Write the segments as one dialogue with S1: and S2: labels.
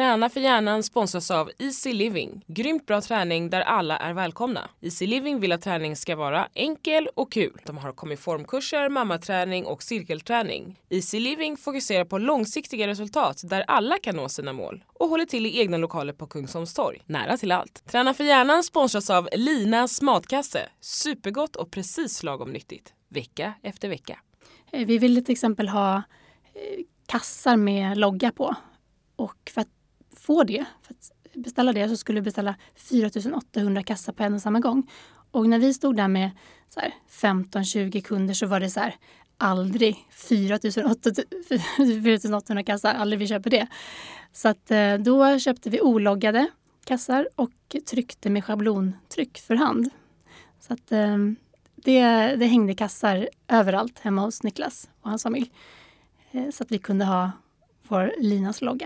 S1: Träna för hjärnan sponsras av Easy Living. Grymt bra träning där alla är välkomna. Easy Living vill att träning ska vara enkel och kul. De har kommit formkurser, mammaträning och cirkelträning. Easy Living fokuserar på långsiktiga resultat där alla kan nå sina mål. Och håller till i egna lokaler på Kungsholmstorg. Nära till allt. Träna för hjärnan sponsras av Linas matkasse. Supergott och precis lagom nyttigt. Vecka efter vecka.
S2: Vi ville till exempel ha kassar med logga på. Och för att få det, för att beställa det, så skulle vi beställa 4800 kassar på en och samma gång. Och när vi stod där med 15-20 kunder så var det så här, aldrig 4800 kassar, aldrig vi köper det. Så att då köpte vi ologgade kassar och tryckte med schablontryck för hand. Så att det hängde kassar överallt hemma hos Niklas och hans familj. Så att vi kunde ha vår Linas logga.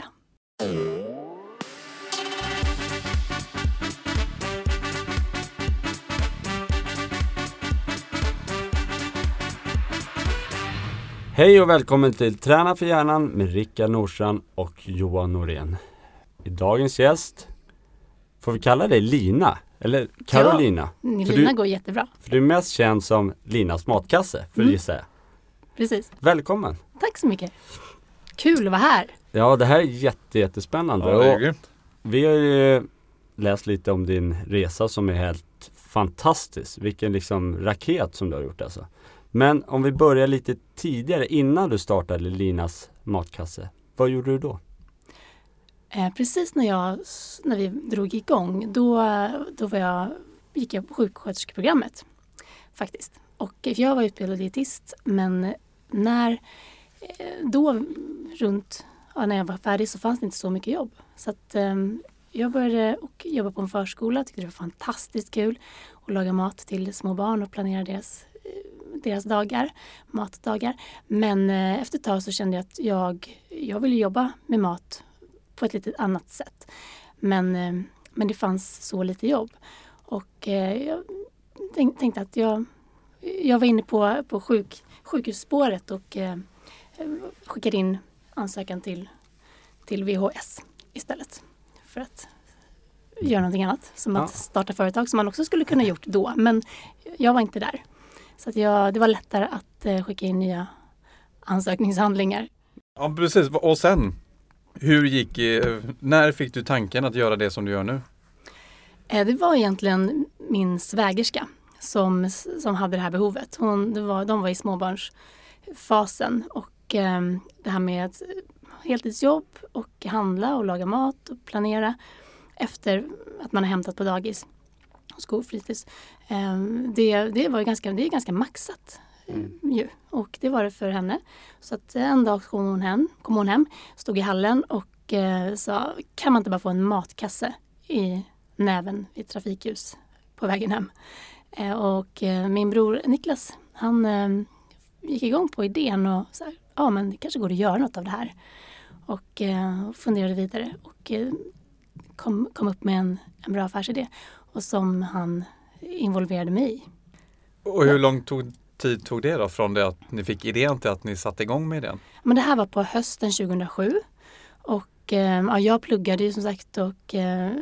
S3: Hej och välkommen till Träna för hjärnan med Rickard Nordstrand och Johan Norén. I dagens gäst får vi kalla dig Lina, eller Carolina.
S2: Ja, Lina går jättebra.
S3: För du är mest känd som Linas matkasse, för det säga.
S2: Precis.
S3: Välkommen.
S2: Tack så mycket. Kul att vara här.
S3: Ja, det här är jättespännande.
S4: Ja, det är grymt.
S3: Vi har ju läst lite om din resa som är helt fantastisk. Vilken liksom raket som du har gjort alltså. Men om vi börjar lite tidigare, innan du startade Linas matkasse. Vad gjorde du då?
S2: Precis när vi drog igång, då gick jag på sjuksköterskeprogrammet faktiskt. Och jag var utbildad dietist, men när jag var färdig så fanns det inte så mycket jobb. Så att jag började jobba på en förskola, tyckte det var fantastiskt kul att laga mat till små barn och planera deras matdagar. Men efter ett tag så kände jag att jag ville jobba med mat på ett lite annat sätt. Men det fanns så lite jobb. Och jag tänkte att jag var inne på sjukhusspåret och skickade in ansökan till VHS istället. För att göra någonting annat. Som att starta företag som man också skulle kunna gjort då. Men jag var inte där. Så att det var lättare att skicka in nya ansökningshandlingar.
S4: Ja, precis. Och sen, när fick du tanken att göra det som du gör nu?
S2: Det var egentligen min svägerska som hade det här behovet. De var i småbarnsfasen och det här med heltidsjobb och handla och laga mat och planera efter att man har hämtat på dagis och skolfritids. Det är ganska maxat ju. Och det var det för henne. Så att en dag kom hon hem, stod i hallen och sa, kan man inte bara få en matkasse i näven vid trafikljus på vägen hem? Och min bror Niklas, han gick igång på idén och sa, men det kanske går att göra något av det här. Och funderade vidare och kom upp med en bra affärsidé och som han involverade mig i. Och
S4: hur lång tid tog det då från det att ni fick idén till att ni satte igång med den?
S2: Men det här var på hösten 2007 och jag pluggade ju som sagt och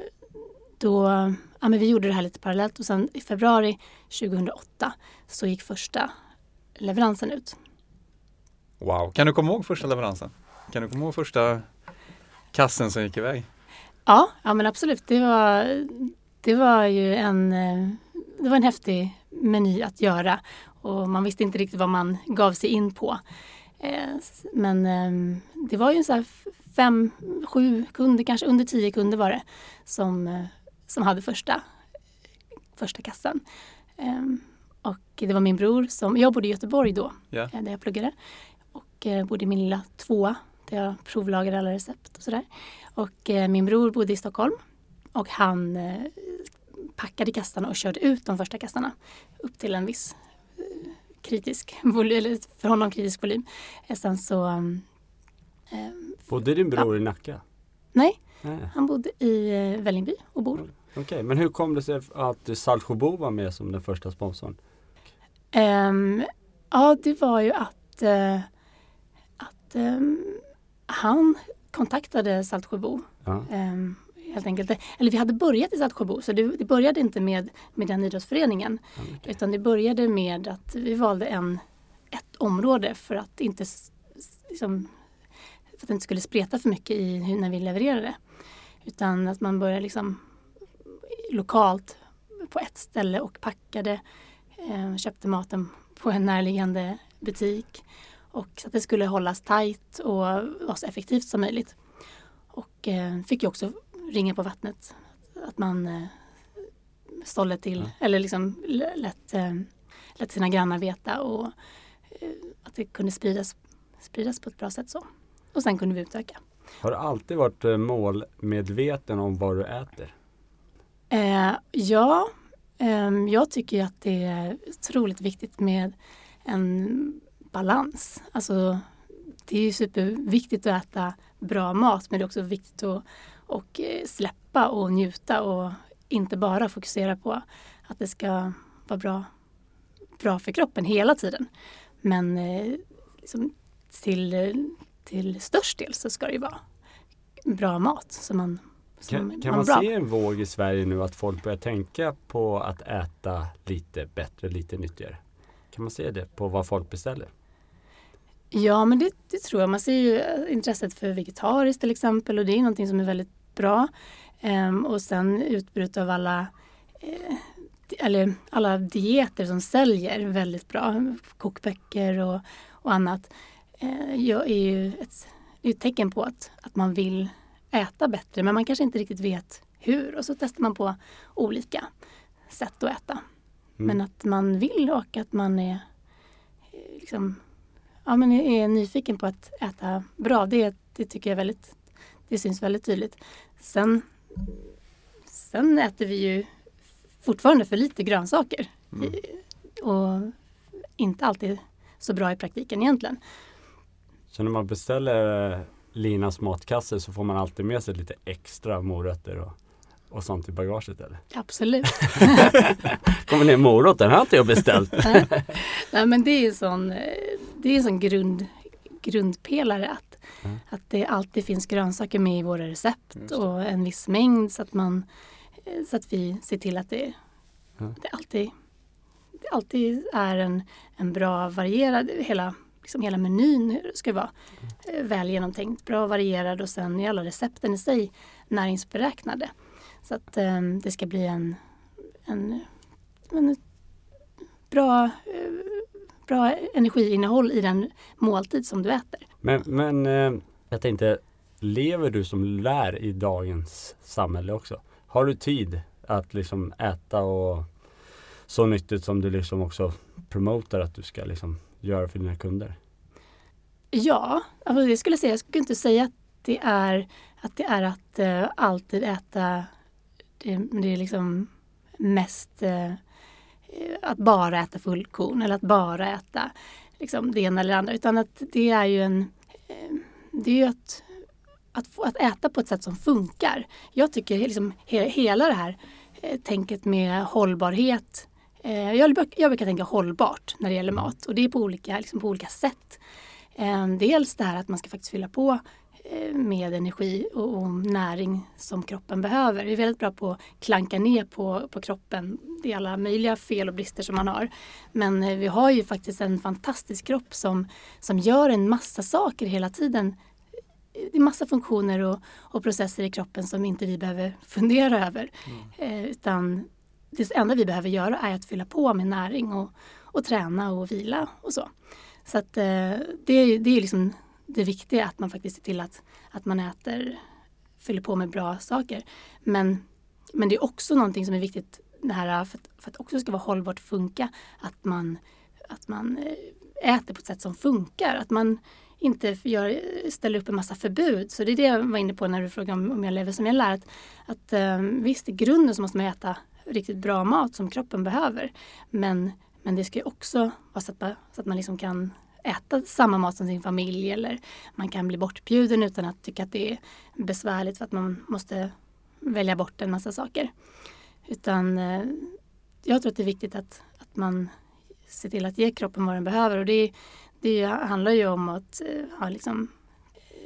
S2: men vi gjorde det här lite parallellt och sen i februari 2008 så gick första leveransen ut.
S4: Wow, kan du komma ihåg första leveransen? Kan du komma ihåg första kassen som gick iväg?
S2: Ja men absolut. Det var ju en häftig meny att göra och man visste inte riktigt vad man gav sig in på. Men det var ju så här 5-7 kunder, kanske under 10 kunder var det som hade första kassan. Och det var min bror jag bodde i Göteborg då, där jag pluggade. Och bodde i min lilla 2 där jag provlagade alla recept och sådär. Och min bror bodde i Stockholm och han packade kassarna och körde ut de första kassarna upp till en viss kritisk volym, eller för honom kritisk volym. Sen så...
S3: Bodde din bror i Nacka?
S2: Nej, han bodde i Vällingby och bor.
S3: Okej, men hur kom det sig att Saltsjöbo var med som den första sponsorn?
S2: Det var ju att han kontaktade Saltsjöbo
S3: Ja.
S2: Helt enkelt. Eller vi hade börjat i Saltsjöbo, så det började inte med den idrottsföreningen. Utan det började med att vi valde ett område för att inte liksom, för att det inte skulle spreta för mycket när vi levererade. Utan att man började liksom lokalt på ett ställe och packade, köpte maten på en närliggande butik. Och så att det skulle hållas tajt och vara så effektivt som möjligt. Och fick ju också ringa på vattnet. Att man sålde till, eller liksom lät sina grannar veta och att det kunde spridas på ett bra sätt så. Och sen kunde vi utöka.
S3: Har du alltid varit målmedveten om vad du äter?
S2: Ja, jag tycker att det är otroligt viktigt med en balans. Alltså det är ju superviktigt att äta bra mat, men det är också viktigt att släppa och njuta och inte bara fokusera på att det ska vara bra för kroppen hela tiden. Men liksom till störst del så ska det ju vara bra mat som man
S3: Kan man se en våg i Sverige nu att folk börjar tänka på att äta lite bättre, lite nyttigare? Kan man se det på vad folk beställer?
S2: Ja, men det tror jag. Man ser ju intresset för vegetariskt till exempel, och det är någonting som är väldigt bra. Och sen utbrott av alla dieter som säljer väldigt bra, kokböcker och annat, är ju ett tecken på att man vill äta bättre, men man kanske inte riktigt vet hur, och så testar man på olika sätt att äta. Men att man vill och att man är liksom, ja, men är nyfiken på att äta bra, det tycker jag det syns väldigt tydligt. Sen äter vi ju fortfarande för lite grönsaker och inte alltid så bra i praktiken egentligen.
S3: Så när man beställer Linas matkasse så får man alltid med sig lite extra morötter och sånt i bagaget, eller?
S2: Absolut.
S3: Kommer ner morot, den har inte jag beställt.
S2: Nej, men det är en sån grundpelare att det alltid finns grönsaker med i våra recept och en viss mängd, så att vi ser till att det alltid är en bra varierad, hela menyn ska vara väl genomtänkt, bra varierad, och sen är alla recepten i sig näringsberäknade. Så att det ska bli en bra energiinnehåll i den måltid som du äter.
S3: Men jag tänkte, lever du som lär i dagens samhälle också? Har du tid att liksom äta och så nyttigt som du liksom också promotar att du ska liksom göra för dina kunder?
S2: Ja, alltså jag skulle inte säga att det är att alltid äta det är liksom mest att bara äta fullkorn eller att bara äta liksom det ena eller andra, utan att det är ju att äta på ett sätt som funkar. Jag tycker liksom hela det här tänket med hållbarhet, jag brukar tänka hållbart när det gäller mat, och det är på olika sätt. Dels det här att man ska faktiskt fylla på med energi och näring som kroppen behöver. Vi är väldigt bra på att klanka ner på kroppen. Det är alla möjliga fel och brister som man har. Men vi har ju faktiskt en fantastisk kropp som gör en massa saker hela tiden. Det är massa funktioner och processer i kroppen som inte vi behöver fundera över. Utan det enda vi behöver göra är att fylla på med näring och träna och vila och så. Så att det är liksom det viktiga, att man faktiskt ser till att man fyller på med bra saker. Men det är också någonting som är viktigt, det här, för att också ska vara hållbart funka, att man äter på ett sätt som funkar. Att man inte ställer upp en massa förbud. Så det är det jag var inne på när du frågade om jag lever som jag lär. Att visst, i grunden så måste man äta riktigt bra mat som kroppen behöver. Men det ska ju också vara så att man liksom kan äta samma mat som sin familj, eller man kan bli bortbjuden utan att tycka att det är besvärligt för att man måste välja bort en massa saker. Utan jag tror att det är viktigt att man ser till att ge kroppen vad den behöver, och det handlar ju om att ha liksom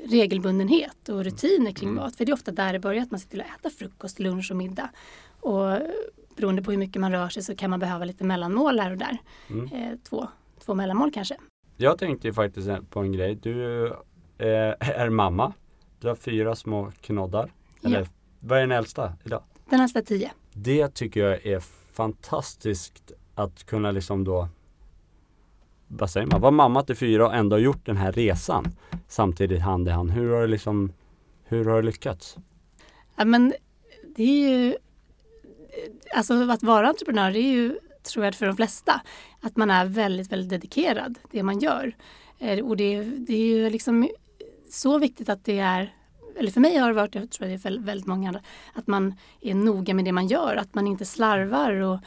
S2: regelbundenhet och rutiner kring mat. För det är ofta där det börjar, att man ser till att äta frukost, lunch och middag. Och beroende på hur mycket man rör sig så kan man behöva lite mellanmål här och där. Två mellanmål kanske.
S3: Jag tänkte ju faktiskt på en grej. Du är mamma. Du har 4 små knoddar. Eller,
S2: Ja.
S3: vad är den äldsta idag?
S2: Den äldsta 10.
S3: Det tycker jag är fantastiskt att kunna liksom då, vad säger man, vara mamma till 4 och ändå ha gjort den här resan samtidigt hand i hand. Hur har det lyckats?
S2: Ja, men det är ju, alltså att vara entreprenör, det är ju, tror jag, för de flesta, att man är väldigt, väldigt dedikerad det man gör. Och det är ju liksom så viktigt att det är, eller för mig har det varit, jag tror det är för väldigt många andra, att man är noga med det man gör, att man inte slarvar och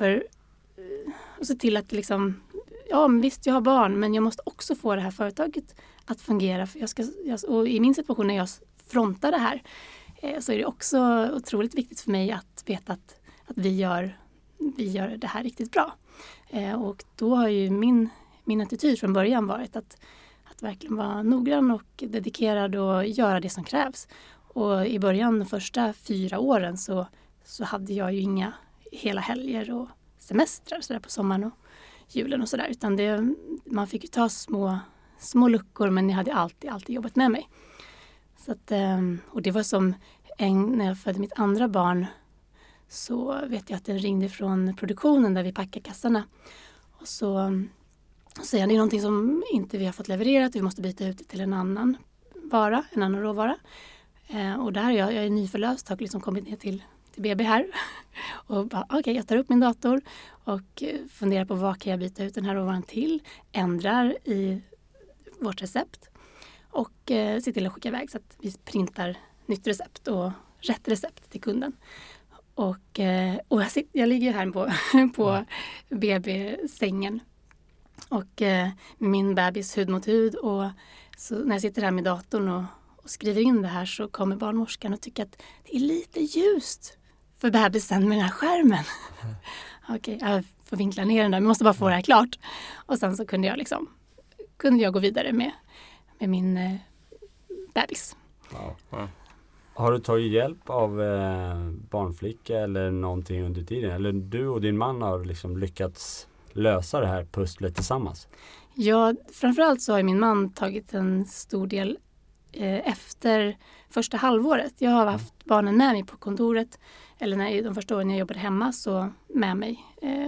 S2: se till att liksom, ja visst jag har barn, men jag måste också få det här företaget att fungera. För och i min situation när jag frontar det här så är det också otroligt viktigt för mig att veta att vi gör det här riktigt bra. Och då har ju min attityd från början varit att verkligen vara noggrann och dedikerad och göra det som krävs. Och i början, de första 4 åren, så hade jag ju inga hela helger och semestrar så där på sommaren och julen och sådär. Utan man fick ju ta små luckor, men jag hade alltid jobbat med mig. Så att, och det var som när jag födde mitt andra barn, så vet jag att den ringde från produktionen där vi packar kassarna. Och så säger det är någonting som inte vi har fått levererat. Vi måste byta ut det till en annan råvara. Och där jag är nyförlöst, har liksom kommit ner till BB här. Och bara, okej, jag tar upp min dator och funderar på vad kan jag byta ut den här råvaran till. Ändrar i vårt recept. Och ser till att skicka iväg så att vi printar nytt recept och rätt recept till kunden. Och jag ligger här på BB-sängen. Och med min bebis hud mot hud. Och så när jag sitter här med datorn och skriver in det här, så kommer barnmorskan och tycker att det är lite ljust för bebisen med den här skärmen. Okej, jag får vinkla ner den där. Vi måste bara få det här klart. Och sen så kunde jag gå vidare med min bebis.
S3: Wow. Har du tagit hjälp av barnflicka eller någonting under tiden? Eller du och din man har liksom lyckats lösa det här pusslet tillsammans? Ja,
S2: framförallt så har min man tagit en stor del efter första halvåret. Jag har haft barnen med mig på kontoret, eller de första åren jag jobbade hemma, så med mig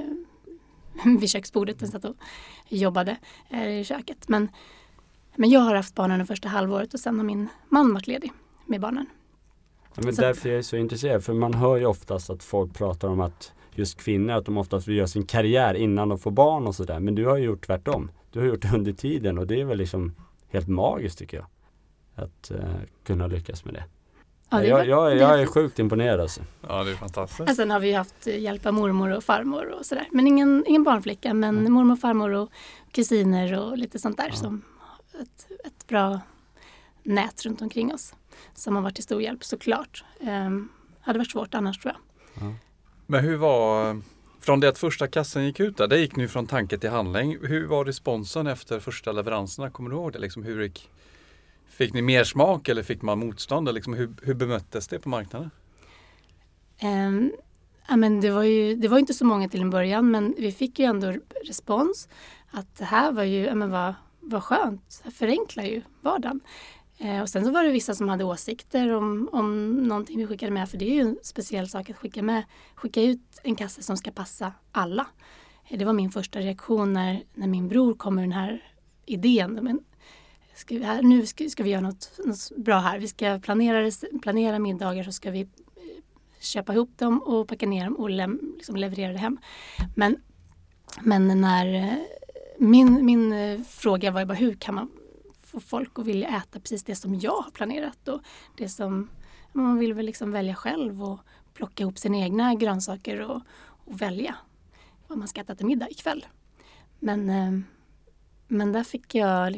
S2: vid köksbordet och satt och jobbade i köket. Men jag har haft barnen det första halvåret och sen har min man varit ledig med barnen.
S3: Ja, men därför jag är så intresserad, för man hör ju oftast att folk pratar om att just kvinnor, att de oftast vill göra sin karriär innan de får barn och sådär. Men du har ju gjort tvärtom. Du har gjort det under tiden, och det är väl liksom helt magiskt tycker jag. Att kunna lyckas med det. Ja, jag är sjukt imponerad alltså.
S4: Ja, det är fantastiskt.
S2: Och sen har vi haft hjälp av mormor och farmor och sådär. Men ingen barnflicka, men mormor, farmor och kusiner och lite sånt där som ett bra nät runt omkring oss. Som har varit till stor hjälp såklart. Hade varit svårt annars tror jag.
S4: Ja. Men hur var, från det att första kassen gick ut där, det gick nu från tanke till handling. Hur var responsen efter första leveranserna? Kommer du ihåg det? Liksom, fick ni mer smak eller fick man motstånd? Liksom, hur bemöttes det på marknaden?
S2: Men det var ju inte så många till en början, men vi fick ju ändå respons. Att det här var ju, vad skönt, det förenklar ju vardagen. Och sen så var det vissa som hade åsikter om någonting vi skickade med. För det är ju en speciell sak att skicka ut en kasse som ska passa alla. Det var min första reaktion när min bror kom med den här idén. Men nu ska vi göra något bra här. Vi ska planera middagar, så ska vi köpa ihop dem och packa ner dem och liksom leverera det hem. Men när min fråga var bara, hur kan man få folk att vilja äta precis det som jag har planerat, och det som man vill väl liksom välja själv och plocka ihop sina egna grönsaker och välja vad man ska äta till middag ikväll. Men där fick jag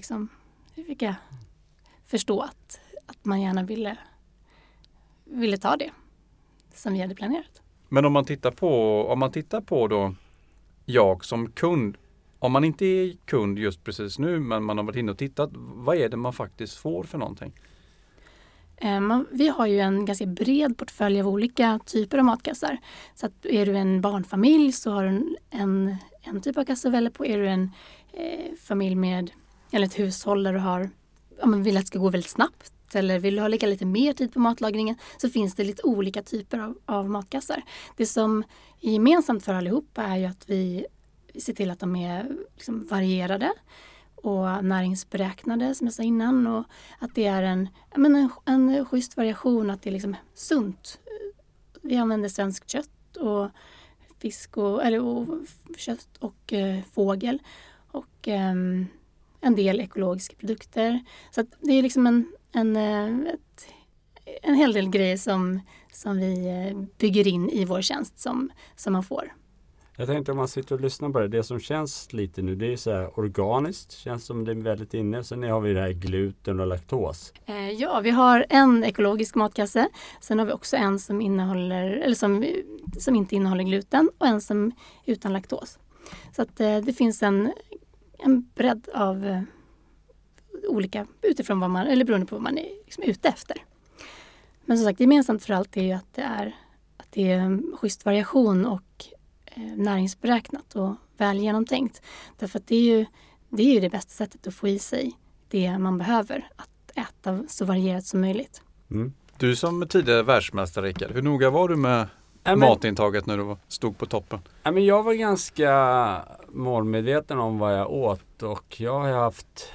S2: förstå att man gärna ville ta det som vi hade planerat.
S4: Men om man tittar på då, jag som kund, om man inte är kund just precis nu men man har varit inne och tittat, vad är det man faktiskt får för någonting?
S2: Vi har ju en ganska bred portfölj av olika typer av matkassar. Så att är du en barnfamilj så har du en typ av kassa att välja på. Är du en familj med, eller ett hushåll där du har, vill att det ska gå väldigt snabbt eller vill du ha lika lite mer tid på matlagningen, så finns det lite olika typer av matkassar. Det som är gemensamt för allihopa är ju att vi ser till att de är liksom varierade och näringsberäknade som jag sa innan, och att det är en schysst variation, att det är liksom sunt. Vi använder svenskt kött och fisk och kött och fågel och en del ekologiska produkter. Så att det är liksom en hel del grejer som vi bygger in i vår tjänst som man får.
S3: Jag tänkte om man sitter och lyssnar på det som känns lite nu, det är så här organiskt, känns som det är väldigt inne. Sen har vi det här gluten och laktos.
S2: Ja, vi har en ekologisk matkasse. Sen har vi också en som som inte innehåller gluten och en som utan laktos. Så att det finns en bredd av olika utifrån vad man, eller beroende på vad man är liksom ute efter. Men som sagt, gemensamt för allt är ju att det är en schysst variation och näringsberäknat och väl genomtänkt. Därför att det är ju det bästa sättet att få i sig det man behöver, att äta så varierat som möjligt.
S3: Mm.
S4: Du som tidigare världsmästare, Rickard, hur noga var du med matintaget när du stod på toppen?
S3: Jag var ganska målmedveten om vad jag åt, och jag har haft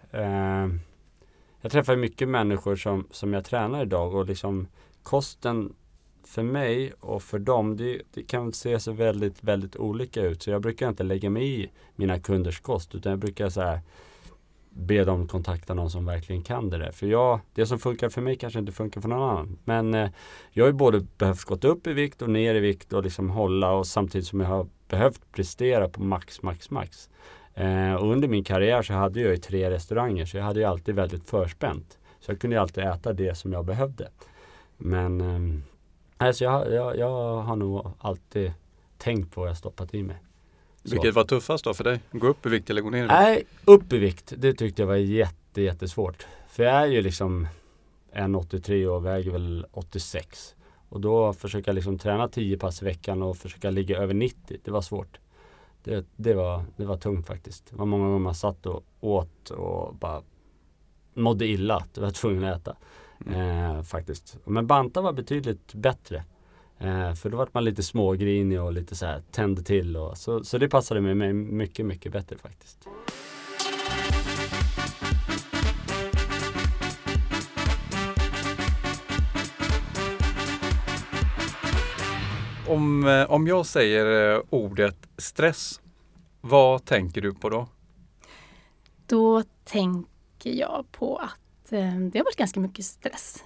S3: jag träffar mycket människor som jag tränar idag, och liksom kosten för mig och för dem, det kan se så väldigt, väldigt olika ut. Så jag brukar inte lägga mig i mina kunders kost, utan jag brukar så här be dem kontakta någon som verkligen kan det där. För det som funkar för mig kanske inte funkar för någon annan. Men jag har ju både behövt gått upp i vikt och ner i vikt och liksom hålla, och samtidigt som jag har behövt prestera på max. Och under min karriär så hade jag ju 3 restauranger, så jag hade ju alltid väldigt förspänt. Så jag kunde ju alltid äta det som jag behövde. Men alltså jag har nog alltid tänkt på vad jag stoppat i mig.
S4: Vilket var tuffast då för dig? Gå upp i vikt eller gå ner i vikt?
S3: Nej, upp i vikt. Det tyckte jag var jättesvårt. För jag är ju liksom 1,83 och väger väl 86. Och då försöka jag liksom träna 10 pass i veckan och försöka ligga över 90. Det var svårt. Det var tungt faktiskt. Det var många gånger man satt och åt och bara mådde illa att jag var tvungen att äta. Faktiskt. Men banta var betydligt bättre. För då var man lite smågrinig och lite så här tände till. Så det passade mig mycket, mycket bättre faktiskt.
S4: Om jag säger ordet stress, vad tänker du på då? Då
S2: tänker jag på att det har varit ganska mycket stress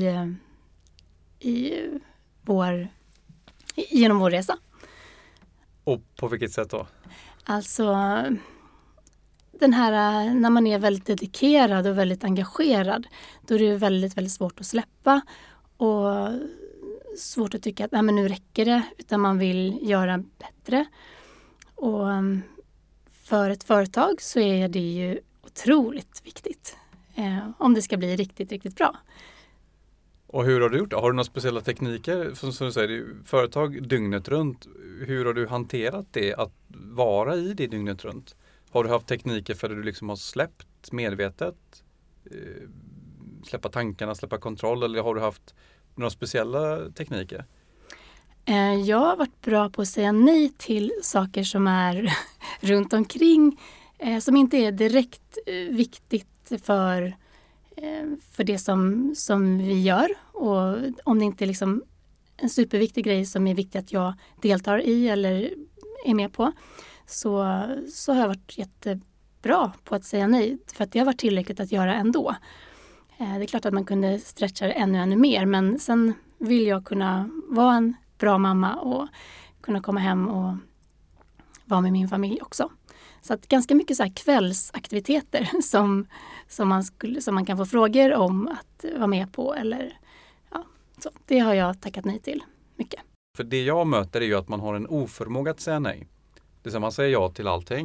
S2: genom vår resa.
S4: Och på vilket sätt då?
S2: Alltså den här, när man är väldigt dedikerad och väldigt engagerad, då är det väldigt, väldigt svårt att släppa och svårt att tycka att nej, men nu räcker det, utan man vill göra bättre. Och för ett företag så är det ju otroligt viktigt om det ska bli riktigt, riktigt bra.
S4: Och hur har du gjort det? Har du några speciella tekniker? Som du säger, företag dygnet runt. Hur har du hanterat det, att vara i det dygnet runt? Har du haft tekniker för att du liksom har släppt medvetet? Släppa tankarna, släppa kontroll? Eller har du haft några speciella tekniker?
S2: Jag har varit bra på att säga nej till saker som är runt omkring. Som inte är direkt viktigt för det som vi gör. Och om det inte är liksom en superviktig grej som är viktig att jag deltar i eller är med på, så har jag varit jättebra på att säga nej. För att det har varit tillräckligt att göra ändå. Det är klart att man kunde stretcha det ännu mer, men sen vill jag kunna vara en bra mamma och kunna komma hem och vara med min familj också. Så att ganska mycket så här kvällsaktiviteter som man kan få frågor om att vara med på, eller ja, så det har jag tackat nej till mycket.
S4: För det jag möter är ju att man har en oförmåga att säga nej. Det är så man säger ja till allting.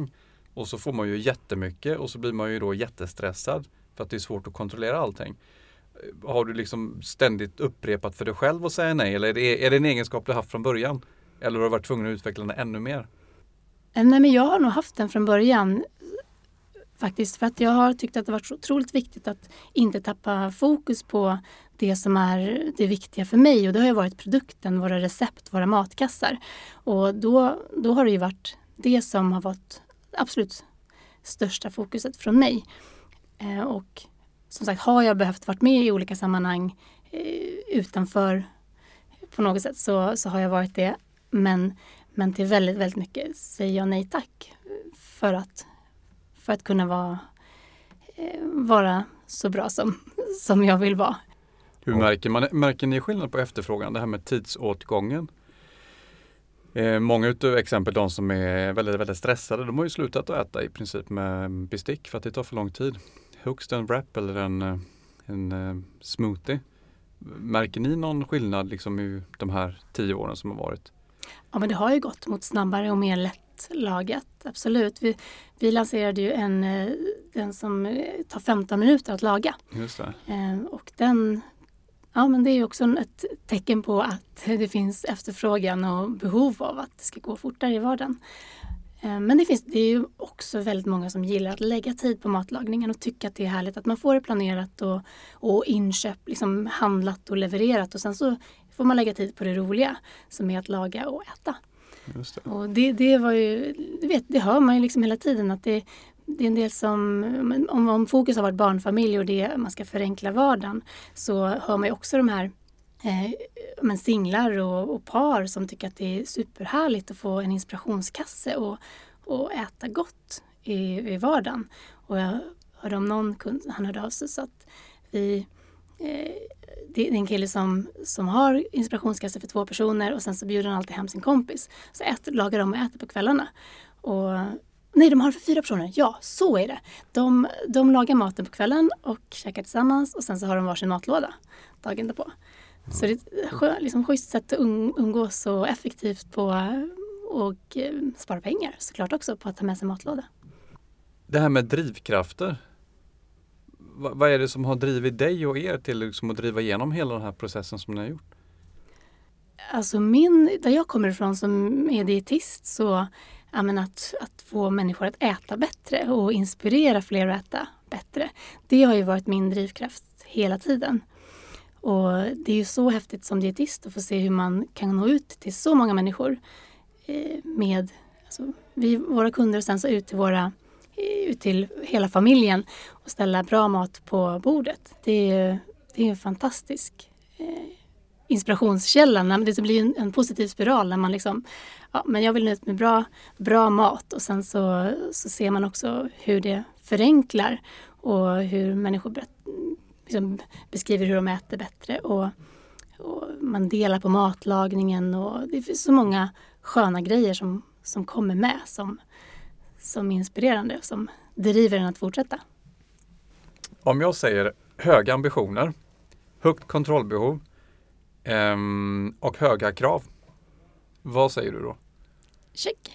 S4: och så får man ju jättemycket och så blir man ju då jättestressad för att det är svårt att kontrollera allting. Har du liksom ständigt upprepat för dig själv att säga nej, eller är det en egenskap du haft från början? Eller har du varit tvungen att utveckla den ännu mer?
S2: Nej, men jag har nog haft den från början faktiskt, för att jag har tyckt att det varit så otroligt viktigt att inte tappa fokus på det som är det viktiga för mig, och det har ju varit produkten, våra recept, våra matkassar, och då har det ju varit det som har varit absolut största fokuset från mig. Och som sagt, har jag behövt varit med i olika sammanhang utanför på något sätt så har jag varit det, men till väldigt, väldigt mycket säger jag nej tack för att kunna vara så bra som jag vill vara.
S4: Hur märker ni skillnad på efterfrågan, det här med tidsåtgången? Många utav exempel, de som är väldigt, väldigt stressade, de har ju slutat att äta i princip med bestick för att det tar för lång tid. Högst en wrap eller en smoothie. Märker ni någon skillnad liksom i de här 10 åren som har varit?
S2: Ja, men det har ju gått mot snabbare och mer lättlagat, absolut. Vi lanserade ju den som tar 15 minuter att laga.
S4: Just det.
S2: Och men det är ju också ett tecken på att det finns efterfrågan och behov av att det ska gå fortare i vardagen. Men det är ju också väldigt många som gillar att lägga tid på matlagningen och tycker att det är härligt att man får det planerat och inköpt, liksom handlat och levererat, och sen så får man lägga tid på det roliga som är att laga och äta.
S4: Just det.
S2: Och det var ju, det hör man ju liksom hela tiden, att det är en del som, om fokus har varit barnfamilj och det man ska förenkla vardagen, så hör man ju också de här singlar och par som tycker att det är superhärligt att få en inspirationskasse och äta gott i vardagen. Och jag hörde om någon kund, han hörde av sig, så att det är en kille som har inspirationskasse för 2 personer, och sen så bjuder han alltid hem sin kompis. Så lagar de och äter på kvällarna. Nej, de har för 4 personer. Ja, så är det. De lagar maten på kvällen och käkar tillsammans, och sen så har de varsin matlåda dagen därpå. Så det är liksom schysst sätt att umgås så effektivt på, och spara pengar såklart också på att ta med sig matlåda.
S3: Det här med drivkrafter. Vad är det som har drivit dig och er till liksom att driva igenom hela den här processen som ni har gjort?
S2: Alltså där jag kommer ifrån som är dietist, så att få människor att äta bättre och inspirera fler att äta bättre. Det har ju varit min drivkraft hela tiden. Och det är ju så häftigt som dietist att få se hur man kan nå ut till så många människor med våra kunder, och sen så ut till hela familjen och ställa bra mat på bordet. Det är en fantastisk inspirationskälla. Det blir en positiv spiral när man liksom, men jag vill nå ut med bra mat, och sen så ser man också hur det förenklar och hur människor beskriver hur de äter bättre, och man delar på matlagningen, och det finns så många sköna grejer som kommer med som är inspirerande och som driver en att fortsätta.
S4: Om jag säger höga ambitioner, högt kontrollbehov och höga krav, vad säger du då?
S2: Check.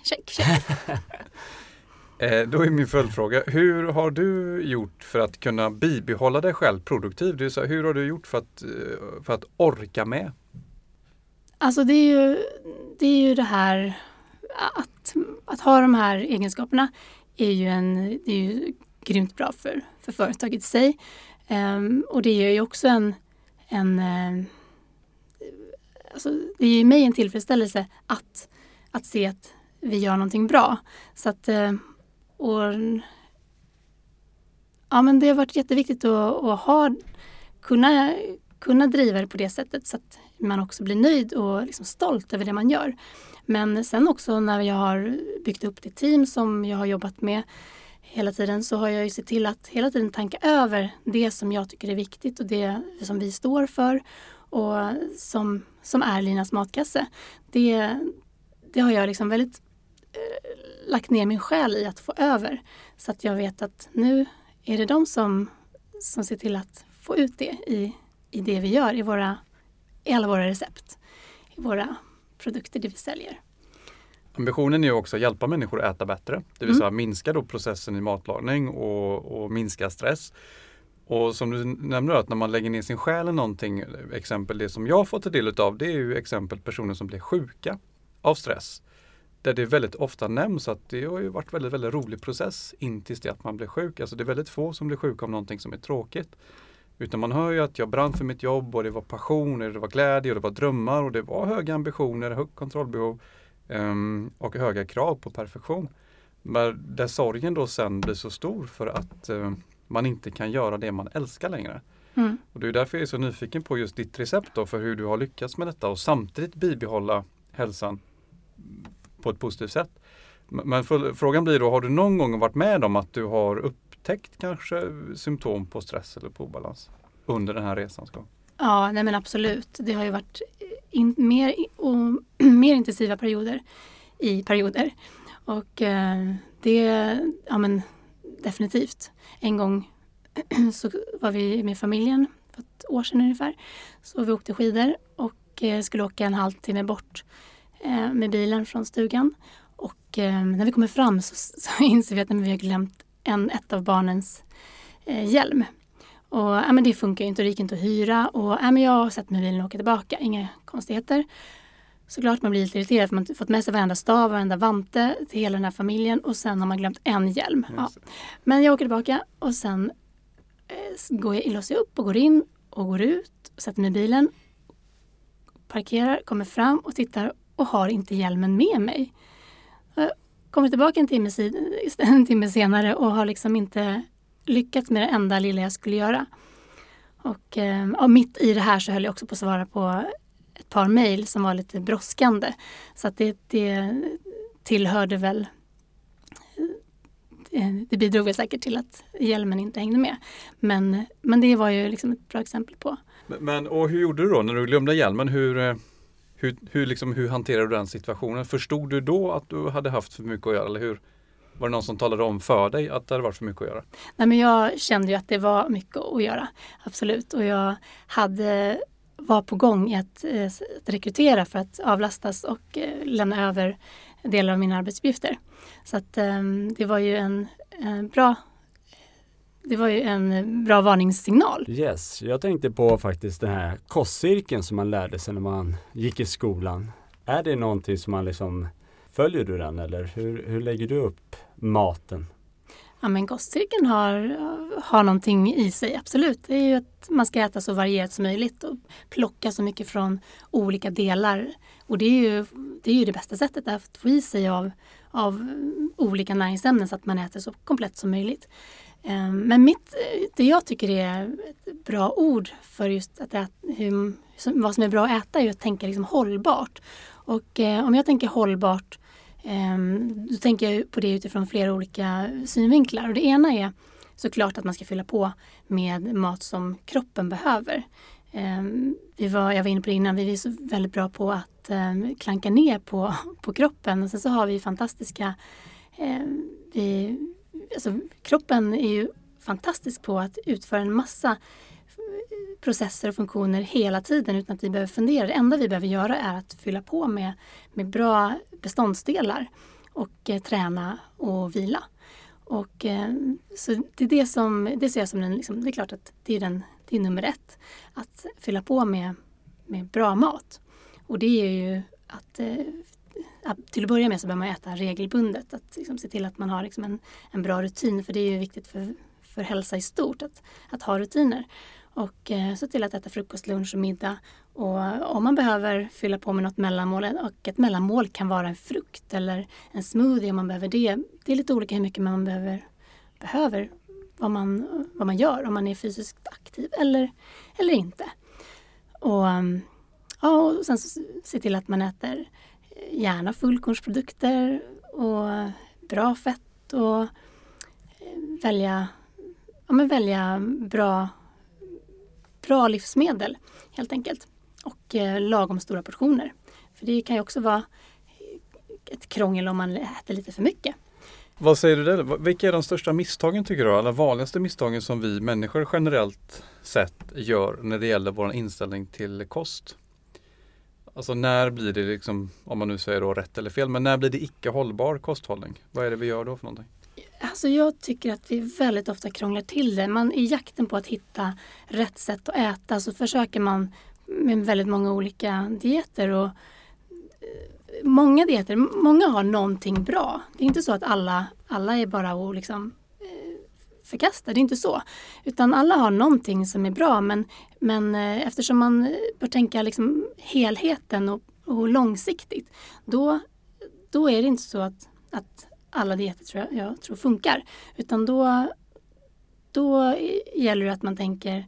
S4: Då är min följdfråga, hur har du gjort för att kunna bibehålla dig själv produktiv? Det är så här, hur har du gjort för att orka med?
S2: Alltså det är ju det här att ha de här egenskaperna det är ju grymt bra för företaget i sig. Och det är ju också det ger mig en tillfredsställelse att se att vi gör någonting bra. Så att men det har varit jätteviktigt att kunna driva det på det sättet, så att man också blir nöjd och liksom stolt över det man gör. Men sen också när jag har byggt upp det team som jag har jobbat med hela tiden, så har jag ju sett till att hela tiden tanka över det som jag tycker är viktigt och det som vi står för, och som är Linas matkasse. Det har jag liksom väldigt lagt ner min själ i att få över, så att jag vet att nu är det de som ser till att få ut det i det vi gör, i alla våra recept, i våra produkter, det vi säljer.
S4: ambitionen är ju också att hjälpa människor att äta bättre. Det vill säga minska då processen i matlagning och minska stress. Och som du nämner att när man lägger ner sin själ i någonting, exempel det som jag har fått ta del av, det är ju exempel personer som blir sjuka av stress. Där det väldigt ofta nämns att det har ju varit väldigt, väldigt rolig process in tills det att man blir sjuk. Alltså det är väldigt få som blir sjuka av någonting som är tråkigt. Utan man hör ju att jag brann för mitt jobb och det var passion, och det var glädje och det var drömmar och det var höga ambitioner, högt kontrollbehov och höga krav på perfektion. Men där sorgen då sen blir så stor för att man inte kan göra det man älskar längre.
S2: Mm.
S4: Och det är därför jag är så nyfiken på just ditt recept då för hur du har lyckats med detta och samtidigt bibehålla hälsan på ett positivt sätt. Men frågan blir då, har du någon gång varit med om att du har upptäckt kanske symptom på stress eller på obalans under den här resans gång?
S2: Ja, nej men absolut. Det har ju varit mer intensiva perioder. Och det, ja men definitivt. En gång så var vi med familjen för ett år sedan ungefär. Så vi åkte skidor och skulle åka en halvtimme bort med bilen från stugan. Och när vi kommer fram så inser vi att vi har glömt ett av barnens hjälm. Och men det funkar ju inte och det gick inte att hyra. Och men jag har sett mig bilen och åka tillbaka. Inga konstigheter. Såklart man blir lite irriterad för man har fått med sig varenda stav, varenda vante till hela den här familjen. Och sen har man glömt en hjälm. Ja. Men jag åker tillbaka och sen låser jag upp och går in och går ut. Och sätter mig i bilen. Parkerar, kommer fram och tittar och har inte hjälmen med mig. Jag kommer tillbaka en timme senare och har liksom inte lyckats med det enda lilla jag skulle göra. Och mitt i det här så höll jag också på att svara på ett par mejl som var lite brådskande. Så att det tillhörde väl, det bidrog väl säkert till att hjälmen inte hängde med. Men det var ju liksom ett bra exempel på.
S4: Men och hur gjorde du då när du glömde hjälmen? Hur hanterade du den situationen? Förstod du då att du hade haft för mycket att göra? Eller hur? Var det någon som talade om för dig att det hade varit för mycket att göra?
S2: Nej, men jag kände ju att det var mycket att göra. Absolut. Och jag var på gång att rekrytera för att avlastas och lämna över delar av mina arbetsuppgifter. Så att det var ju en bra varningssignal.
S3: Yes, jag tänkte på faktiskt den här kostcirkeln som man lärde sig när man gick i skolan. Är det någonting som man liksom, följer du den eller hur lägger du upp maten?
S2: Ja, men kostcirkeln har någonting i sig, absolut. Det är ju att man ska äta så varierat som möjligt och plocka så mycket från olika delar. Och det är ju det bästa sättet att få i sig av olika näringsämnen så att man äter så komplett som möjligt. Men det jag tycker är ett bra ord för just att vad som är bra att äta är ju att tänka liksom hållbart. Och om jag tänker hållbart, då tänker jag på det utifrån flera olika synvinklar. Och det ena är såklart att man ska fylla på med mat som kroppen behöver. Jag var inne på det innan, vi är så väldigt bra på att klanka ner på kroppen. Och sen så har vi fantastiska... kroppen är ju fantastisk på att utföra en massa processer och funktioner hela tiden utan att vi behöver fundera. Det enda vi behöver göra är att fylla på med bra beståndsdelar och träna och vila. Och så det är det ser jag som det är klart att det är nummer 1 att fylla på med bra mat. Och det är ju att till att börja med så behöver man äta regelbundet. Att liksom se till att man har liksom en bra rutin. För det är ju viktigt för hälsa i stort att ha rutiner. Och så till att äta frukost, lunch och middag. Och om man behöver fylla på med något mellanmål. Och ett mellanmål kan vara en frukt eller en smoothie om man behöver det. Det är lite olika hur mycket man behöver vad man gör. Om man är fysiskt aktiv eller inte. Och sen så se till att man äter gärna fullkornsprodukter och bra fett och välja bra livsmedel helt enkelt. Och lagom stora portioner. För det kan ju också vara ett krångel om man äter lite för mycket.
S4: Vad säger du där? Vilka är de största misstagen tycker du? Eller vanligaste misstagen som vi människor generellt sett gör när det gäller vår inställning till kost? Alltså när blir det liksom, om man nu säger då rätt eller fel, men när blir det icke hållbar kosthållning? Vad är det vi gör då för någonting?
S2: Alltså jag tycker att vi väldigt ofta krånglar till det. I jakten på att hitta rätt sätt att äta så försöker man med väldigt många olika dieter. Och många har någonting bra. Det är inte så att alla är bara att liksom förkasta, det är inte så. Utan alla har någonting som är bra, men eftersom man bör tänka liksom helheten och långsiktigt, då är det inte så att alla dieter jag tror funkar. Utan då gäller det att man tänker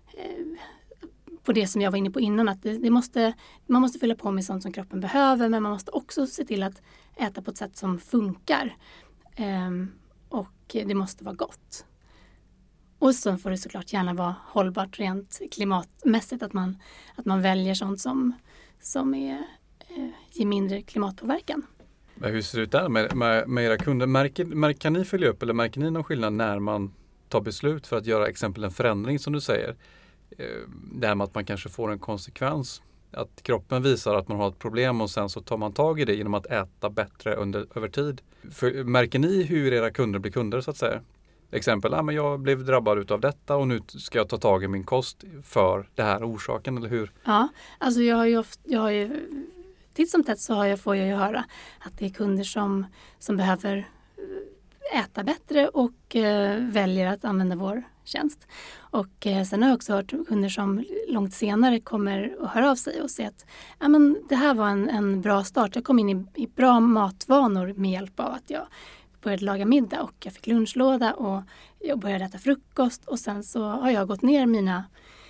S2: på det som jag var inne på innan, att man måste fylla på med sånt som kroppen behöver, men man måste också se till att äta på ett sätt som funkar. Och det måste vara gott. Och så får det såklart gärna vara hållbart rent klimatmässigt, att man väljer sånt som ger mindre klimatpåverkan.
S4: Men hur ser det ut där med era kunder? Kan ni följa upp eller märker ni någon skillnad när man tar beslut för att göra exempel en förändring som du säger? Det här med att man kanske får en konsekvens. Att kroppen visar att man har ett problem och sen så tar man tag i det genom att äta bättre över tid. Märker ni hur era kunder blir kunder så att säga? Exempel, men jag blev drabbad av detta och nu ska jag ta tag i min kost för det här orsaken, eller hur?
S2: Ja, alltså jag har ju titt som tätt så får jag ju höra att det är kunder som behöver äta bättre och väljer att använda vår tjänst. Och sen har jag också hört kunder som långt senare kommer och hör av sig och säger att det här var en bra start. Jag kom in i bra matvanor med hjälp av att jag började laga middag och jag fick lunchlåda och jag började äta frukost och sen så har jag gått ner mina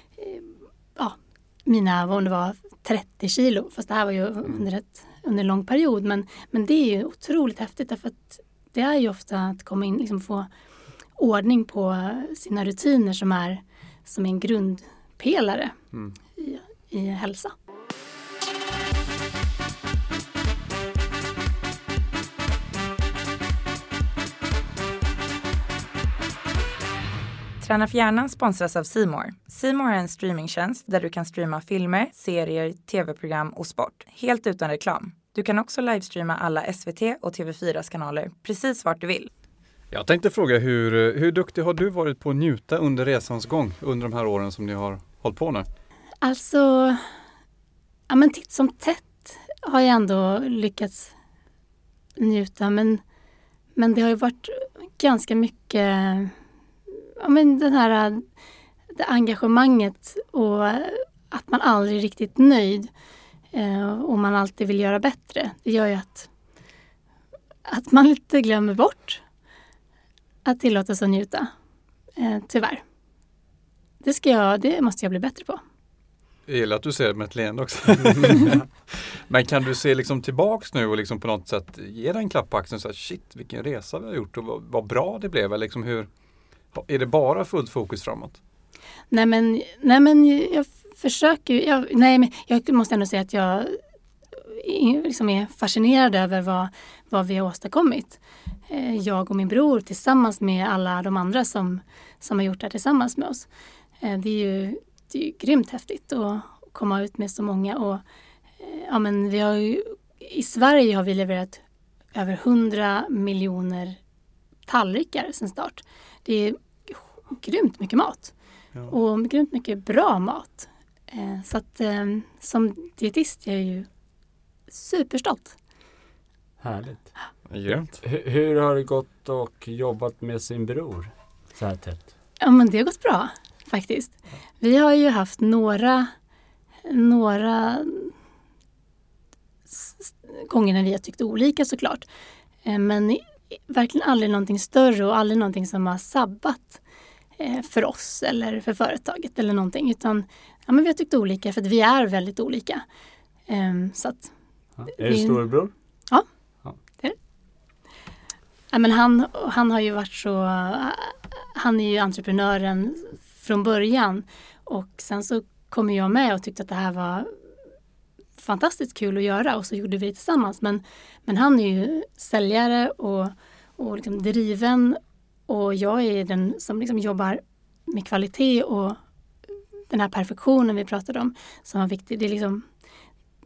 S2: vad det var 30 kilo, fast det här var ju under en lång period, men det är ju otroligt häftigt därför att det är ju ofta att komma in liksom få ordning på sina rutiner som är en grundpelare i hälsa.
S5: Träna för hjärnan sponsras av C More. C More är en streamingtjänst där du kan streama filmer, serier, tv-program och sport. Helt utan reklam. Du kan också livestreama alla SVT och TV4s kanaler precis vart du vill.
S4: Jag tänkte fråga hur duktig har du varit på att njuta under resans gång under de här åren som ni har hållit på nu?
S2: Alltså, titt som tätt har jag ändå lyckats njuta, men det har ju varit ganska mycket det engagemanget och att man aldrig är riktigt nöjd och man alltid vill göra bättre. Det gör ju att man lite glömmer bort att tillåta sig att njuta. Tyvärr. Det måste jag bli bättre på.
S4: Jag gillar att du ser det med ett leende också. Men kan du se liksom tillbaks nu och liksom på något sätt ge dig en klapp på axeln och säga shit vilken resa vi har gjort och vad bra det blev? Liksom är det bara fullt fokus framåt?
S2: Nej men jag försöker jag måste ändå säga att jag liksom är fascinerad över vad vi har åstadkommit. Jag och min bror tillsammans med alla de andra som har gjort det här tillsammans med oss. Det är ju grymt häftigt att komma ut med så många och vi har ju, i Sverige har vi levererat över 100 miljoner tallrikar sedan start. Det är grymt mycket mat. Ja. Och grymt mycket bra mat. Så att som dietist är jag ju superstolt.
S3: Härligt.
S4: Grymt.
S3: Hur har det gått och jobbat med sin bror så här tätt?
S2: Ja, men det har gått bra faktiskt. Vi har ju haft några gånger när vi har tyckt olika såklart. Men verkligen aldrig någonting större och aldrig någonting som har sabbat för oss eller för företaget eller någonting. Utan vi har tyckt olika för att vi är väldigt olika. Så att,
S3: är det storebror?
S2: Ja, det är det. Ja, men han har ju varit så... Han är ju entreprenören från början och sen så kom jag med och tyckte att det här var fantastiskt kul att göra och så gjorde vi det tillsammans. Men han är ju säljare och liksom driven och jag är den som liksom jobbar med kvalitet och den här perfektionen vi pratade om som var viktig. Det är liksom,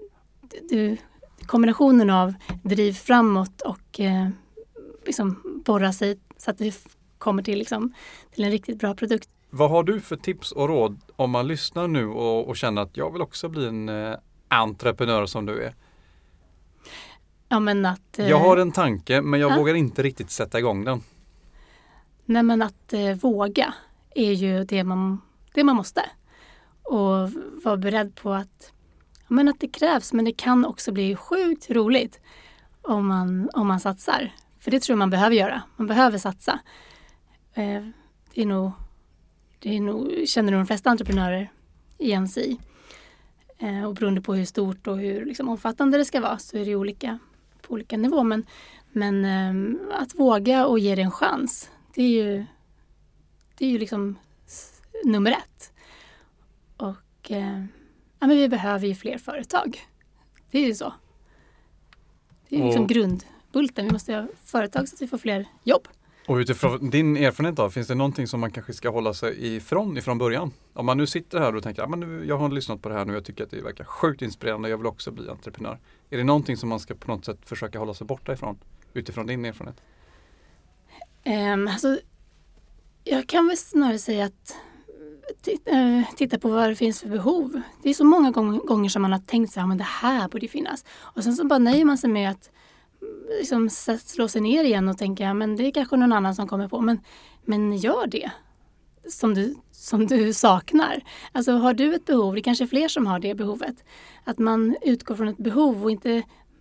S2: kombinationen av driv framåt och liksom borra sig så att det kommer till en riktigt bra produkt.
S4: Vad har du för tips och råd om man lyssnar nu och känner att jag vill också bli en entreprenör som du är?
S2: Ja, men att,
S4: jag har en tanke men jag vågar inte riktigt sätta igång den.
S2: Nej, men att våga är ju det man måste. Och vara beredd på att det krävs, men det kan också bli sjukt roligt om man satsar. För det tror jag man behöver göra. Man behöver satsa. Det är nog känner nog de flesta entreprenörer igen sig i. Och beroende på hur stort och hur omfattande det ska vara så är det olika på olika nivå. Men att våga och ge det en chans, det är ju nummer 1. Och men vi behöver ju fler företag. Det är ju så. Det är grundbulten. Vi måste ha företag så att vi får fler jobb.
S4: Och utifrån din erfarenhet då, finns det någonting som man kanske ska hålla sig ifrån början? Om man nu sitter här och tänker, jag har lyssnat på det här nu, jag tycker att det verkar sjukt inspirerande, jag vill också bli entreprenör. Är det någonting som man ska på något sätt försöka hålla sig borta ifrån, utifrån din erfarenhet?
S2: Jag kan väl snarare säga att titta på vad det finns för behov. Det är så många gånger som man har tänkt sig att det här borde finnas. Och sen så bara nöjer man sig med att slå sig ner igen och tänka men det är kanske någon annan som kommer på. Men gör det som du saknar. Alltså har du ett behov, det kanske är fler som har det behovet. Att man utgår från ett behov och inte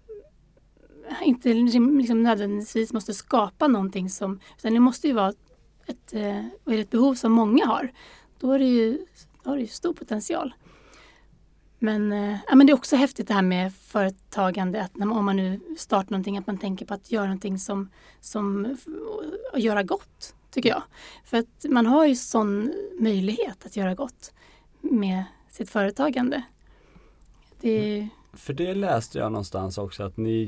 S2: nödvändigtvis måste skapa någonting utan det måste ju vara ett behov som många har. Då har det ju stor potential. Men det är också häftigt det här med företagande. Att om man nu startar någonting att man tänker på att göra någonting som att göra gott, tycker jag. För att man har ju sån möjlighet att göra gott med sitt företagande.
S3: För det läste jag någonstans också att ni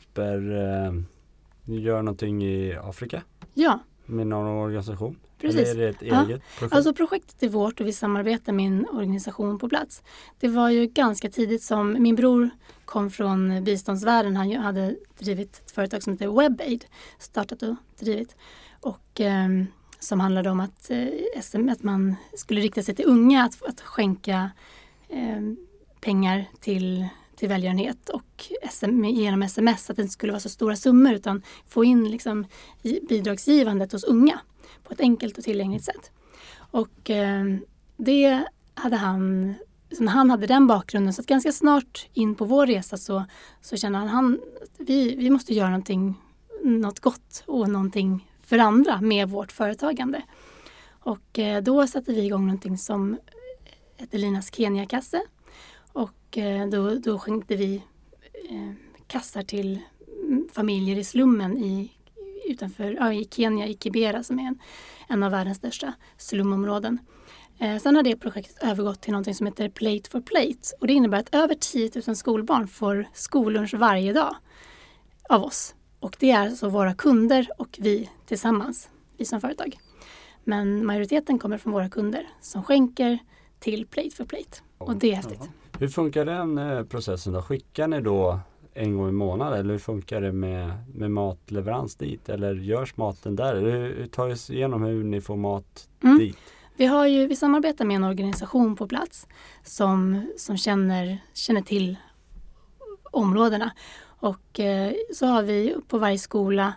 S3: gör någonting i Afrika?
S2: Ja.
S3: Med någon organisation?
S2: Precis.
S3: Eller är det ett eget projekt?
S2: Alltså projektet är vårt och vi samarbetar med en organisation på plats. Det var ju ganska tidigt som min bror kom från biståndsvärlden. Han hade drivit ett företag som heter WebAid. Startat och drivit. Och som handlade om att man skulle rikta sig till unga. Att skänka pengar till välgörenhet och genom sms. Att det inte skulle vara så stora summor utan få in bidragsgivandet hos unga. På ett enkelt och tillgängligt sätt. Och det hade han hade den bakgrunden så att ganska snart in på vår resa så kände han vi måste göra något gott och någonting för andra med vårt företagande. Och då satte vi igång någonting som heter Linas Kenya-kasse. Och då skänkte vi kassar till familjer i slummen i Kenya, i Kibera som är en av världens största slumområden. Sen har det projektet övergått till något som heter Plate for Plate. Och det innebär att över 10 000 skolbarn får skollunch varje dag av oss. Och det är alltså våra kunder och vi tillsammans, vi som företag. Men majoriteten kommer från våra kunder som skänker till Plate for Plate. Och det är häftigt.
S3: Hur funkar den processen då? Skickar ni då en gång i månaden eller hur funkar det med matleverans dit? Eller görs maten där? Eller tar det igenom hur ni får mat dit?
S2: Vi samarbetar med en organisation på plats som känner till områdena. Och så har vi på varje skola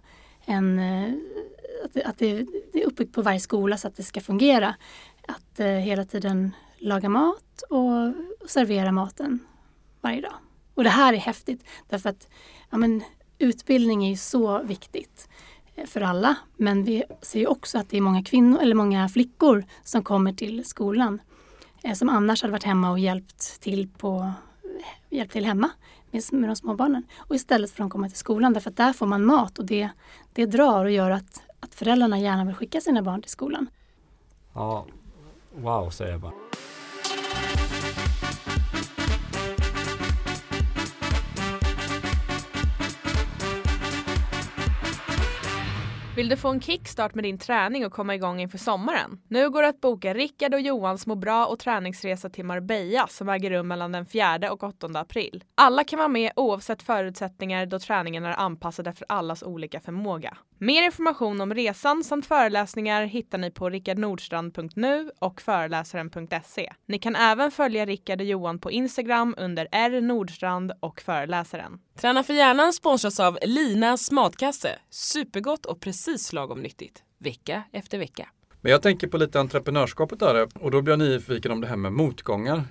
S2: att det är uppbyggt på varje skola så att det ska fungera. Att hela tiden laga mat och servera maten varje dag. Och det här är häftigt därför att utbildning är ju så viktigt för alla. Men vi ser ju också att det är många kvinnor eller många flickor som kommer till skolan som annars hade varit hemma och hjälpt till hemma med de små barnen. Och istället för att komma till skolan därför att där får man mat och det drar och gör att föräldrarna gärna vill skicka sina barn till skolan.
S3: Ja, wow säger jag bara.
S6: Vill du få en kickstart med din träning och komma igång inför sommaren? Nu går det att boka Rickard och Johans må bra och träningsresa till Marbella som äger rum mellan den 4 och 8 april. Alla kan vara med oavsett förutsättningar då träningen är anpassad efter allas olika förmåga. Mer information om resan samt föreläsningar hittar ni på rickardnordstrand.nu och föreläsaren.se. Ni kan även följa Rickard och Johan på Instagram under rnordstrand och föreläsaren.
S1: Träna för hjärnan sponsras av Linas matkasse. Supergott och precis lagom nyttigt. Vecka efter vecka.
S4: Men jag tänker på lite entreprenörskapet där och då blir jag nyfiken om det här med motgångar,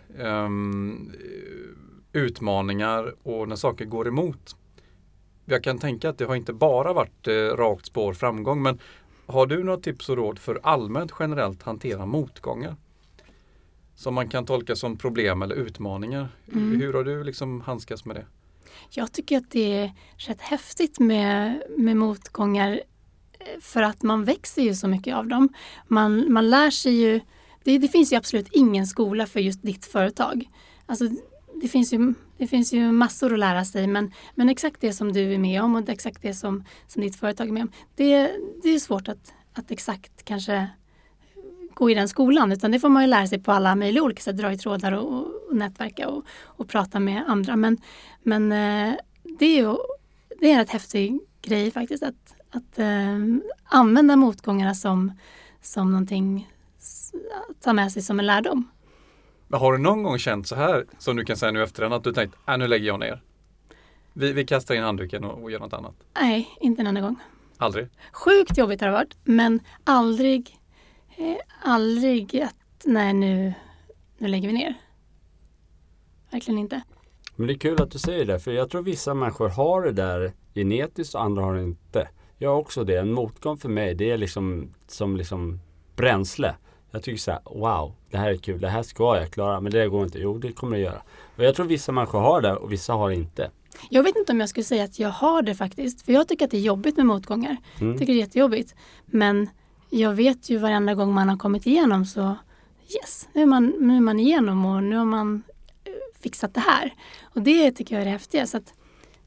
S4: utmaningar och när saker går emot. Jag kan tänka att det har inte bara varit rakt spår framgång, men har du några tips och råd för allmänt generellt hantera motgångar? Som man kan tolka som problem eller utmaningar. Hur har du liksom handskats med det?
S2: Jag tycker att det är rätt häftigt med motgångar för att man växer ju så mycket av dem. Man lär sig ju, det finns ju absolut ingen skola för just ditt företag. Alltså det finns ju massor att lära sig men exakt det som du är med om och exakt det som ditt företag är med om. Det är svårt att exakt kanske gå i den skolan, utan det får man ju lära sig på alla möjliga olika sätt, dra i trådar och nätverka och prata med andra. Men det är en rätt häftig grej faktiskt att använda motgångarna som någonting att ta med sig som en lärdom.
S4: Men har du någon gång känt så här, som du kan säga nu efter den, att du tänkt, nu lägger jag ner? Vi kastar in handduken och gör något annat.
S2: Nej, inte en enda gång.
S4: Aldrig?
S2: Sjukt jobbigt har det varit, men aldrig att nej nu lägger vi ner. Verkligen inte.
S3: Men det är kul att du säger det, för jag tror vissa människor har det där genetiskt och andra har det inte. Jag har också det. En motgång för mig, det är som bränsle. Jag tycker så här, wow, det här är kul, det här ska jag klara, men det går inte. Jo, det kommer jag göra. Och jag tror vissa människor har det och vissa har det inte.
S2: Jag vet inte om jag skulle säga att jag har det faktiskt, för jag tycker att det är jobbigt med motgångar. Jag tycker det är jättejobbigt. Men jag vet ju varenda gång man har kommit igenom så yes, nu är man igenom och nu har man fixat det här. Och det tycker jag är det häftiga. Så att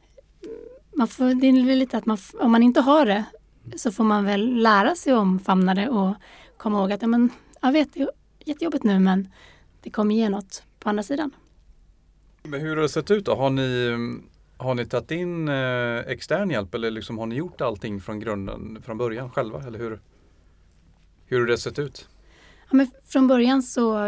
S2: det är väl lite att om man inte har det så får man väl lära sig omfamna det och komma ihåg att jag vet det är jättejobbigt nu men det kommer ge något på andra sidan.
S4: Men hur har det sett ut då? Har ni tagit in extern hjälp eller liksom har ni gjort allting från början själva? Eller hur har det sett ut?
S2: Ja, men från början så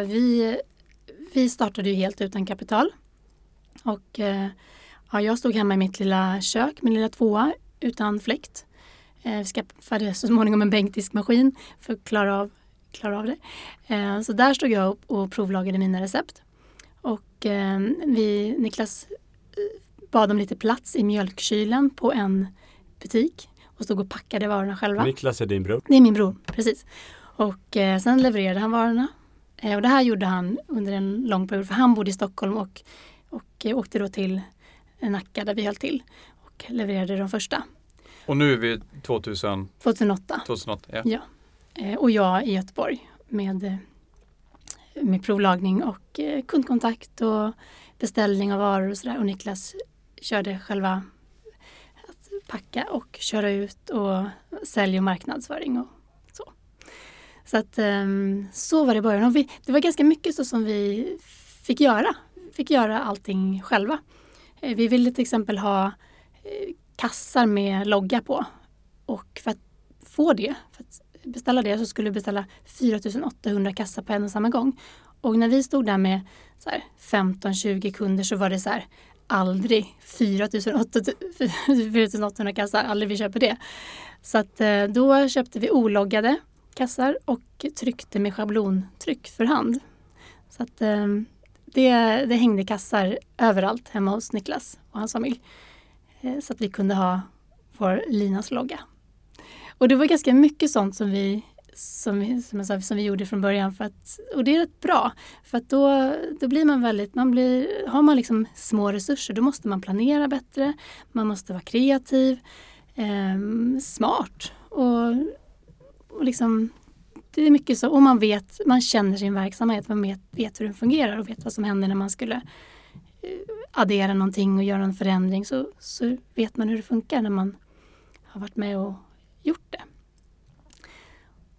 S2: vi startade ju helt utan kapital. Och jag stod hemma i mitt lilla kök, min lilla 2 utan fläkt. Vi skaffade så småningom en bänkdiskmaskin för att klara av det. Så där stod jag upp och provlagade mina recept. Och Niklas bad om lite plats i mjölkkylen på en butik och stod och packade varorna själva.
S3: Niklas är din bror?
S2: Det är min bror, precis. Och sen levererade han varorna. Och det här gjorde han under en lång period för han bodde i Stockholm och åkte då till Nacka där vi höll till och levererade de första.
S4: Och nu är vi 2008? 2008,
S2: ja. Och jag i Göteborg med provlagning och kundkontakt och beställning av varor och sådär. Och Niklas körde själva att packa och köra ut och sälj och marknadsföring och så. Så att så var det i början. Och det var ganska mycket så som vi fick göra. Fick göra allting själva. Vi ville till exempel ha kassar med logga på. Och för att få det, för att beställa det så skulle vi beställa 4800 kassar på en och samma gång. Och när vi stod där med 15-20 kunder så var det så här, aldrig 4800 kassar, aldrig vi köper det. Så att då köpte vi ologgade kassar och tryckte med schablontryck för hand. Så att det hängde kassar överallt hemma hos Niklas och hans familj. Så att vi kunde ha vår Linas logga. Och det var ganska mycket sånt som vi gjorde från början. Och det är rätt bra. För att då blir man har man liksom små resurser. Då måste man planera bättre. Man måste vara kreativ. Smart. Och liksom, det är mycket så. Och man känner sin verksamhet. Man vet hur den fungerar och vet vad som händer när man skulle addera någonting och göra en förändring. Så vet man hur det funkar när man har varit med och gjort det.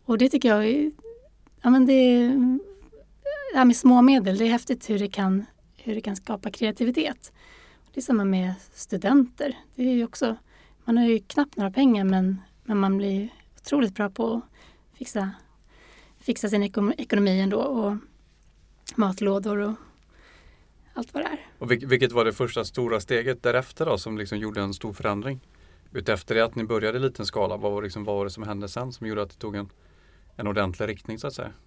S2: Och det tycker jag är, ja men det här med små medel, det är häftigt hur det kan skapa kreativitet. Det är samma med studenter. Det är ju också, man har ju knappt några pengar men man blir otroligt bra på att fixa sin ekonomi ändå och matlådor och allt vad det är.
S4: Och vilket var det första stora steget därefter då som liksom gjorde en stor förändring? Utefter det att ni började i liten skala, vad var det som hände sen som gjorde att det tog en ordentlig riktning så att säga?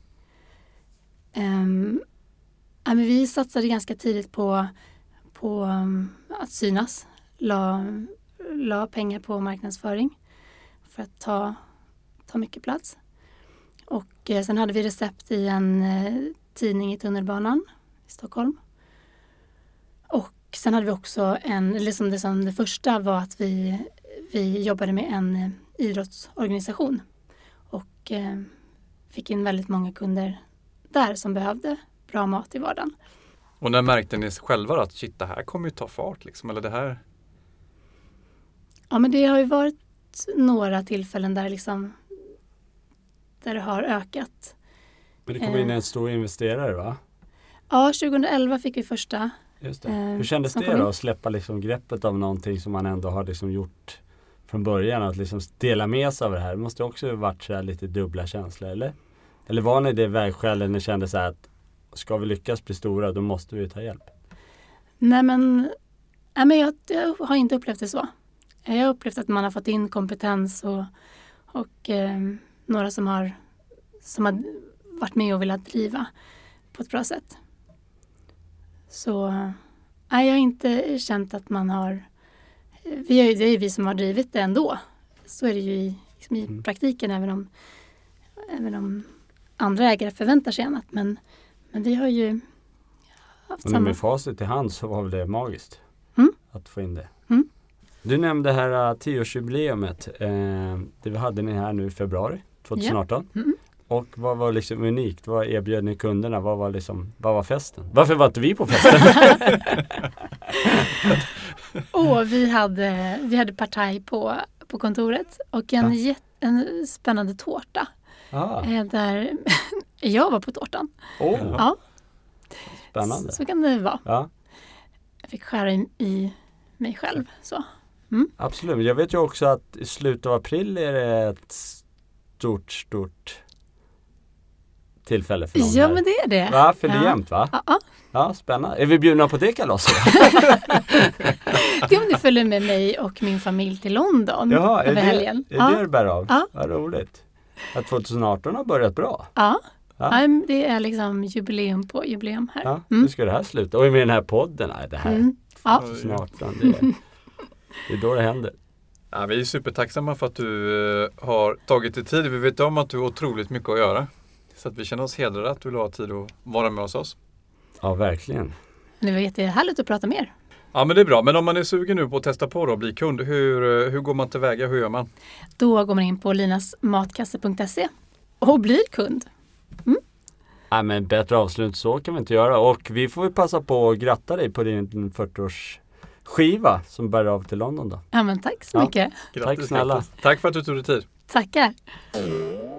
S2: Men vi satsade ganska tidigt på att synas. La pengar på marknadsföring för att ta mycket plats. Och sen hade vi recept i en tidning i tunnelbanan i Stockholm. Och sen hade vi också det första var att vi jobbade med en idrottsorganisation. Och fick in väldigt många kunder där som behövde bra mat i vardagen.
S4: Och när märkte ni själva att shit, det här kommer ju ta fart liksom, eller det här?
S2: Ja, men det har ju varit några tillfällen där det har ökat.
S3: Men det kom in en stor investerare va?
S2: Ja, 2011 fick vi första.
S3: Just det. Hur kändes det då att släppa liksom greppet av någonting som man ändå har liksom gjort från början, att liksom dela med sig av det här? Det måste också ha varit så här lite dubbla känslor, eller? Eller var ni det vägskälet ni kände så här att ska vi lyckas bli stora, då måste vi ta hjälp?
S2: Nej men jag har inte upplevt det så. Jag har upplevt att man har fått in kompetens och några som har varit med och velat driva på ett bra sätt. Så jag har inte känt att man har... Det är ju vi som har drivit det ändå. Så är det ju i praktiken, även om andra ägare förväntar sig annat. Men vi har ju haft samma...
S3: med facit i hand så var väl det magiskt att få in det.
S2: Mm.
S3: Du nämnde här 10-årsjubileumet. Det hade ni här nu i februari 2018.
S2: Ja. Mm.
S3: Och vad var liksom unikt? Vad erbjöd ni kunderna? Vad var festen? Varför var inte vi på festen?
S2: Vi hade partaj på kontoret och en spännande tårta. Där jag var på tårtan. Ja.
S3: Spännande.
S2: Så kan det vara.
S3: Ja.
S2: Jag fick skära i mig själv. Så.
S3: Absolut. Jag vet ju också att i slutet av april är det ett stort tillfälle för någon
S2: Ja,
S3: här.
S2: Men det är det.
S3: Va? För det är jämnt va?
S2: Ja.
S3: Ja, spännande. Är vi bjudna på det kalaset?
S2: Det är om du följer med mig och min familj till London över helgen.
S3: Är det bär av?
S2: Ja.
S3: Vad roligt. Att 2018 har börjat bra.
S2: Ja.
S3: Ja.
S2: Det är liksom jubileum på jubileum här.
S3: Ja, hur ska det här sluta? Och med den här podden, det här 2018, det är då det händer.
S4: Ja, vi är supertacksamma för att du har tagit dig tid. Vi vet om att du har otroligt mycket att göra. Så att vi känner oss hedrade att du har tid att vara med oss.
S3: Ja, verkligen.
S2: Det var jättehärligt att prata med er.
S4: Ja, men det är bra. Men om man är sugen nu på att testa på då, bli kund, hur går man tillväga? Hur gör man?
S2: Då går man in på linasmatkasse.se och blir kund.
S3: Ja, men bättre avslut så kan vi inte göra. Och vi får ju passa på att gratta dig på din 40-årsskiva som bär av till London då.
S2: Ja, men tack så mycket.
S4: Grattis,
S3: Tack snälla.
S4: Tack för att du tog dig tid.
S2: Tackar.